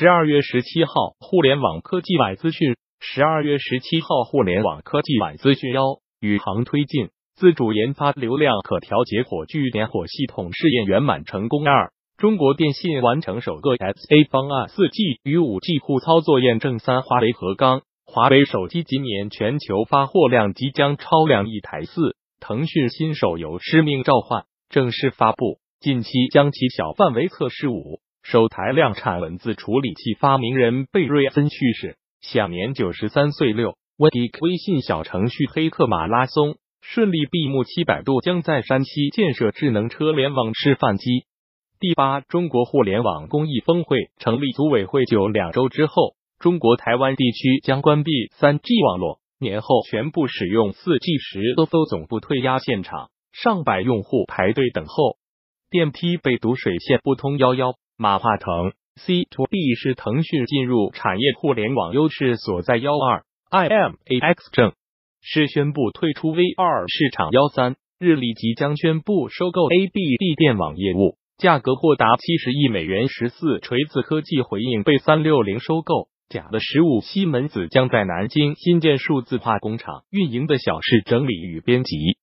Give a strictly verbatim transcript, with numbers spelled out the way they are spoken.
十二月十七号，互联网科技晚资讯。十二月十七号，互联网科技晚资讯幺，宇航推进自主研发流量可调节火炬点火系统试验圆满成功。二，中国电信完成首个 S A 方案 四 G 与 五 G 互操作验证。三，华为和刚，华为手机今年全球发货量即将超两亿台。四，腾讯新手游《使命召唤》正式发布，近期将其小范围测试。五，首台量产文字处理器发明人贝瑞森去世，享年九十三岁。六，微信小程序黑客马拉松顺利闭幕，七百度将在山西建设智能车联网示范机。第八，中国互联网公益峰会成立组委会就两周之后，中国台湾地区将关闭 三 G 网络，年后全部使用 四 G 时，O F O 总部退押现场，上百用户排队等候，电梯被堵，水线不通。幺幺，马化腾 C to B 是腾讯进入产业互联网优势所在。幺二 I M A X 正式宣布退出 V R 市场。幺三，日立即将宣布收购 A B D 电网业务，价格或达七十亿美元。十四，锤子科技回应被三六零收购，假的十五，西门子将在南京新建数字化工厂，运营的小事整理与编辑。